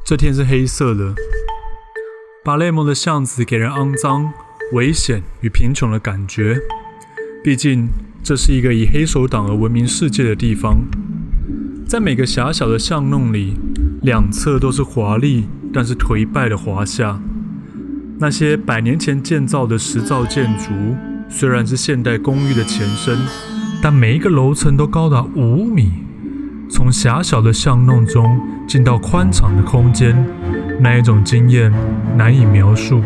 这天是黑色的，巴雷蒙的巷子给人肮脏、危险与贫穷的感觉。毕竟，这是一个以黑手党而闻名世界的地方。在每个狭小的巷弄里，两侧都是华丽但是颓败的华夏。那些100年前建造的石造建筑，虽然是现代公寓的前身，但每一个楼层都高达5米。从狭小的巷弄中进到宽敞的空间，那一种经验难以描述。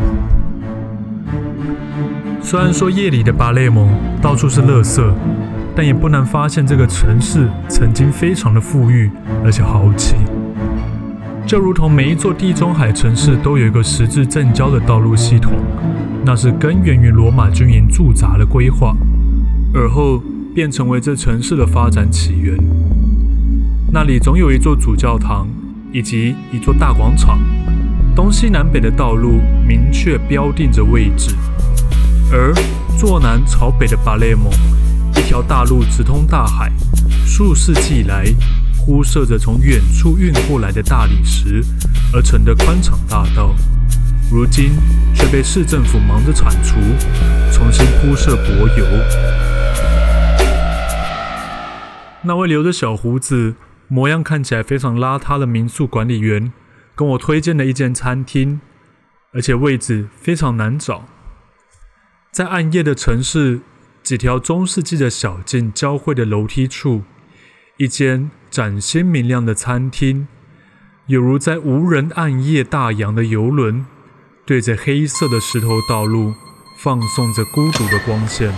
虽然说夜里的巴雷蒙到处是垃圾，但也不难发现这个城市曾经非常的富裕而且豪气。就如同每一座地中海城市都有一个十字正交的道路系统，那是根源于罗马军营驻扎的规划，而后便成为这城市的发展起源。那里总有一座主教堂以及一座大广场，东西南北的道路明确标定着位置。而坐南朝北的巴雷蒙，一条大路直通大海，数世纪来铺设着从远处运过来的大理石而成的宽敞大道，如今却被市政府忙着铲除，重新铺设柏油。那位留着小胡子、模样看起来非常邋遢的民宿管理员跟我推荐了一间餐厅，而且位置非常难找。在暗夜的城市，几条中世纪的小径交汇的楼梯处，一间崭新明亮的餐厅，有如在无人暗夜大洋的游轮，对着黑色的石头道路放送着孤独的光线。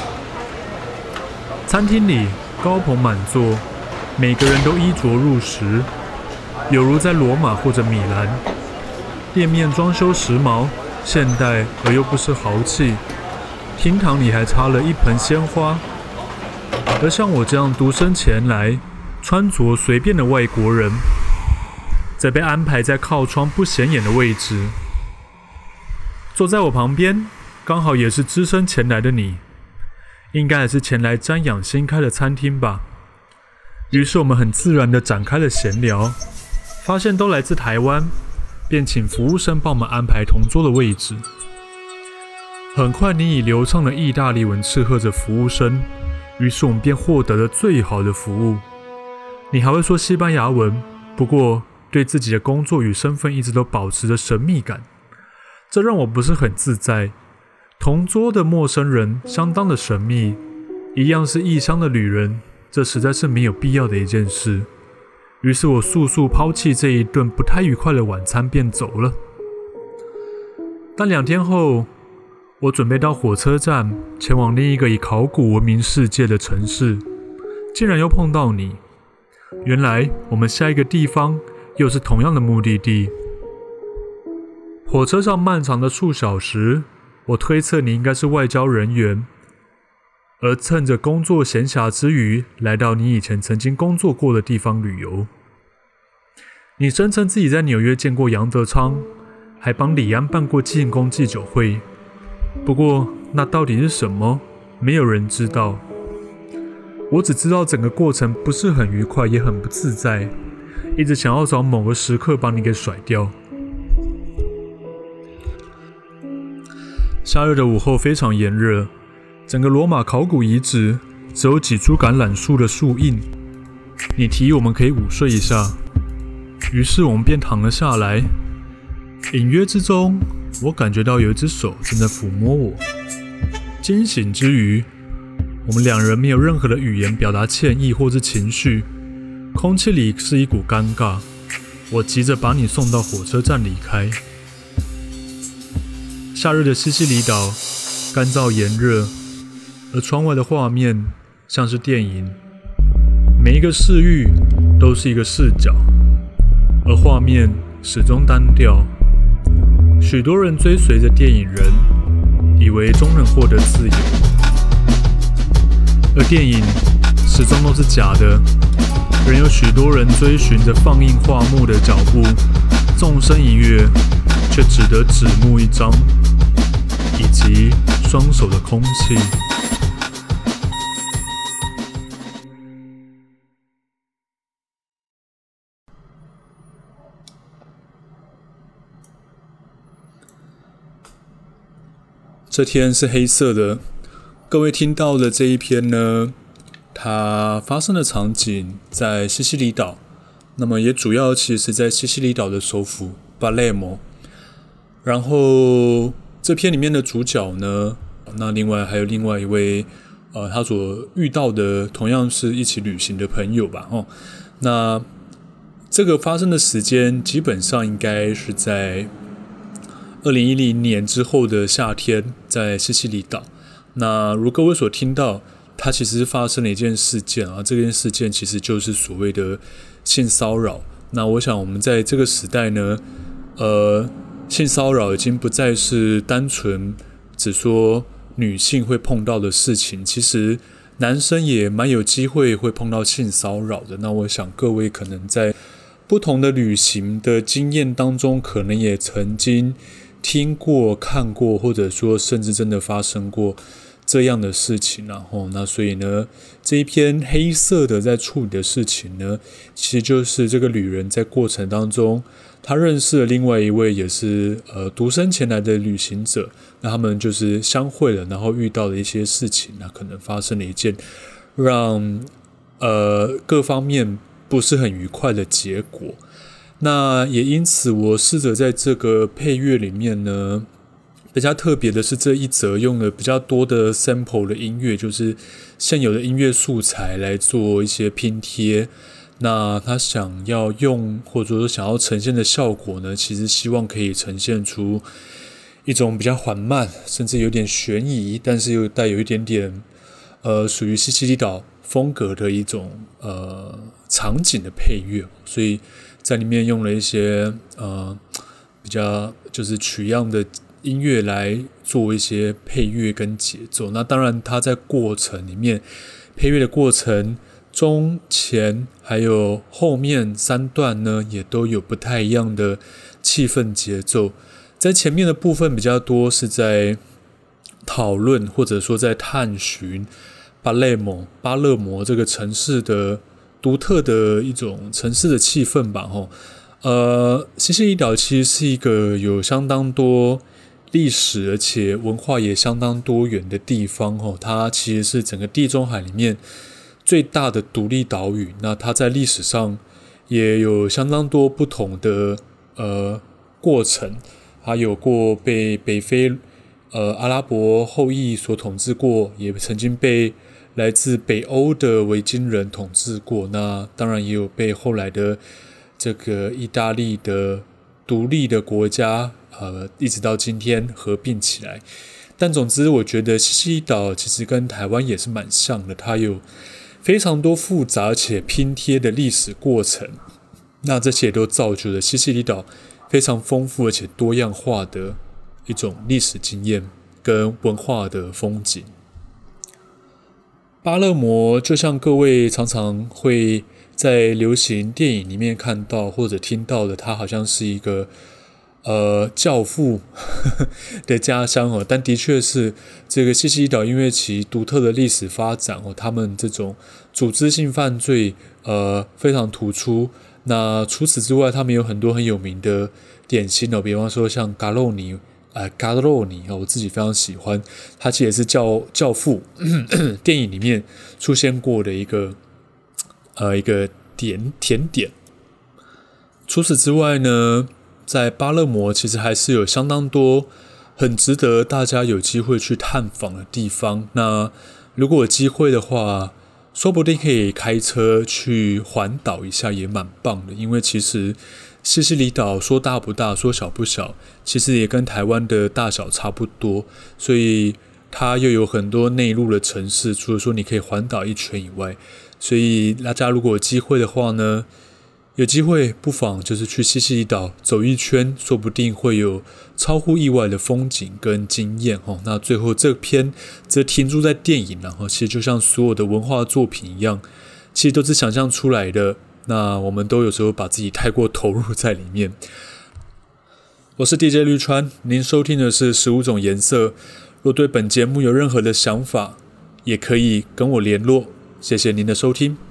餐厅里高朋满座，每个人都衣着入时，有如在罗马或者米兰。店面装修时髦、现代而又不失豪气，厅堂里还插了一盆鲜花。而像我这样独身前来、穿着随便的外国人，则被安排在靠窗不显眼的位置。坐在我旁边，刚好也是只身前来的你，应该还是前来瞻仰新开的餐厅吧。于是我们很自然地展开了闲聊，发现都来自台湾，便请服务生帮我们安排同桌的位置。很快你以流畅的意大利文斥喝着服务生，于是我们便获得了最好的服务。你还会说西班牙文，不过对自己的工作与身份一直都保持着神秘感，这让我不是很自在。同桌的陌生人相当的神秘，一样是异乡的旅人，这实在是没有必要的一件事。于是我速速抛弃这一顿不太愉快的晚餐便走了。但2天后，我准备到火车站前往另一个以考古闻名世界的城市，竟然又碰到你。原来我们下一个地方又是同样的目的地。火车上漫长的数小时，我推测你应该是外交人员，而趁着工作闲暇之余，来到你以前曾经工作过的地方旅游。你声称自己在纽约见过杨德昌，还帮李安办过庆功祭酒会。不过那到底是什么，没有人知道。我只知道整个过程不是很愉快，也很不自在，一直想要找某个时刻把你给甩掉。夏日的午后非常炎热，整个罗马考古遗址只有几株橄榄树的树荫。你提议我们可以午睡一下，于是我们便躺了下来。隐约之中，我感觉到有一只手正在抚摸我。惊醒之余，我们2人没有任何的语言表达歉意或是情绪，空气里是一股尴尬。我急着把你送到火车站离开。夏日的西西里岛干燥炎热，而窗外的画面像是电影，每一个视域都是一个视角，而画面始终单调。许多人追随着电影人，以为终能获得自由，而电影始终都是假的。仍有许多人追寻着放映画幕的脚步，纵身一跃，却只得纸幕一张，以及双手的空气。 这天是黑色的。各位听到的这一篇呢，它发生的场景在西西里岛，那么也主要其实在西西里岛的首府巴勒摩。然后这篇里面的主角呢，那另外还有另外一位他所遇到的同样是一起旅行的朋友吧。那这个发生的时间基本上应该是在2010年之后的夏天，在西西里岛。那如各位所听到，它其实发生了一件事件啊，这件事件其实就是所谓的性骚扰。那我想我们在这个时代呢，性骚扰已经不再是单纯只说女性会碰到的事情，其实男生也蛮有机会会碰到性骚扰的。那我想各位可能在不同的旅行的经验当中，可能也曾经听过、看过，或者说甚至真的发生过这样的事情。然后那所以呢，这一篇黑色的在处理的事情呢，其实就是这个旅人在过程当中，他认识了另外一位也是独身前来的旅行者，那他们就是相会了，然后遇到了一些事情，那可能发生了一件让各方面不是很愉快的结果。那也因此我试着在这个配乐里面呢，比较特别的是这一则用了比较多的 sample 的音乐，就是现有的音乐素材来做一些拼贴。那他想要用或者说想要呈现的效果呢，其实希望可以呈现出一种比较缓慢，甚至有点悬疑，但是又带有一点点属于西西里岛风格的一种场景的配乐，所以在里面用了一些比较就是取样的音乐来做一些配乐跟节奏。那当然它在过程里面配乐的过程中前还有后面3段呢，也都有不太一样的气氛节奏。在前面的部分比较多是在讨论或者说在探寻巴勒摩这个城市的独特的一种城市的气氛吧。西西里岛其实是一个有相当多历史而且文化也相当多元的地方。它其实是整个地中海里面最大的独立岛屿。那它在历史上也有相当多不同的过程，它有过被北非阿拉伯后裔所统治过，也曾经被来自北欧的维京人统治过。那当然也有被后来的这个意大利的独立的国家一直到今天合并起来。但总之我觉得西西里岛其实跟台湾也是蛮像的，它有非常多复杂且拼贴的历史过程。那这些也都造就了西西里岛非常丰富而且多样化的一种历史经验跟文化的风景。巴勒摩就像各位常常会在流行电影里面看到或者听到的，它好像是一个教父的家乡。但的确是这个西西里岛因为其独特的历史发展他们这种组织性犯罪非常突出。那除此之外，他们有很多很有名的点心比方说像嘎肉尼，我自己非常喜欢，它其实也是教父电影里面出现过的一个甜点。除此之外呢，在巴勒摩其实还是有相当多很值得大家有机会去探访的地方。那如果有机会的话，说不定可以开车去环岛一下，也蛮棒的。因为其实西西里岛说大不大，说小不小，其实也跟台湾的大小差不多，所以它又有很多内陆的城市，除了说你可以环岛一圈以外，所以大家如果有机会的话呢，有机会不妨就是去西西里岛走一圈，说不定会有超乎意外的风景跟经验。那最后这篇则停驻在电影，然后其实就像所有的文化作品一样，其实都是想象出来的。那我们都有时候把自己太过投入在里面。我是 DJ 绿川，您收听的是15种颜色。若对本节目有任何的想法，也可以跟我联络。谢谢您的收听。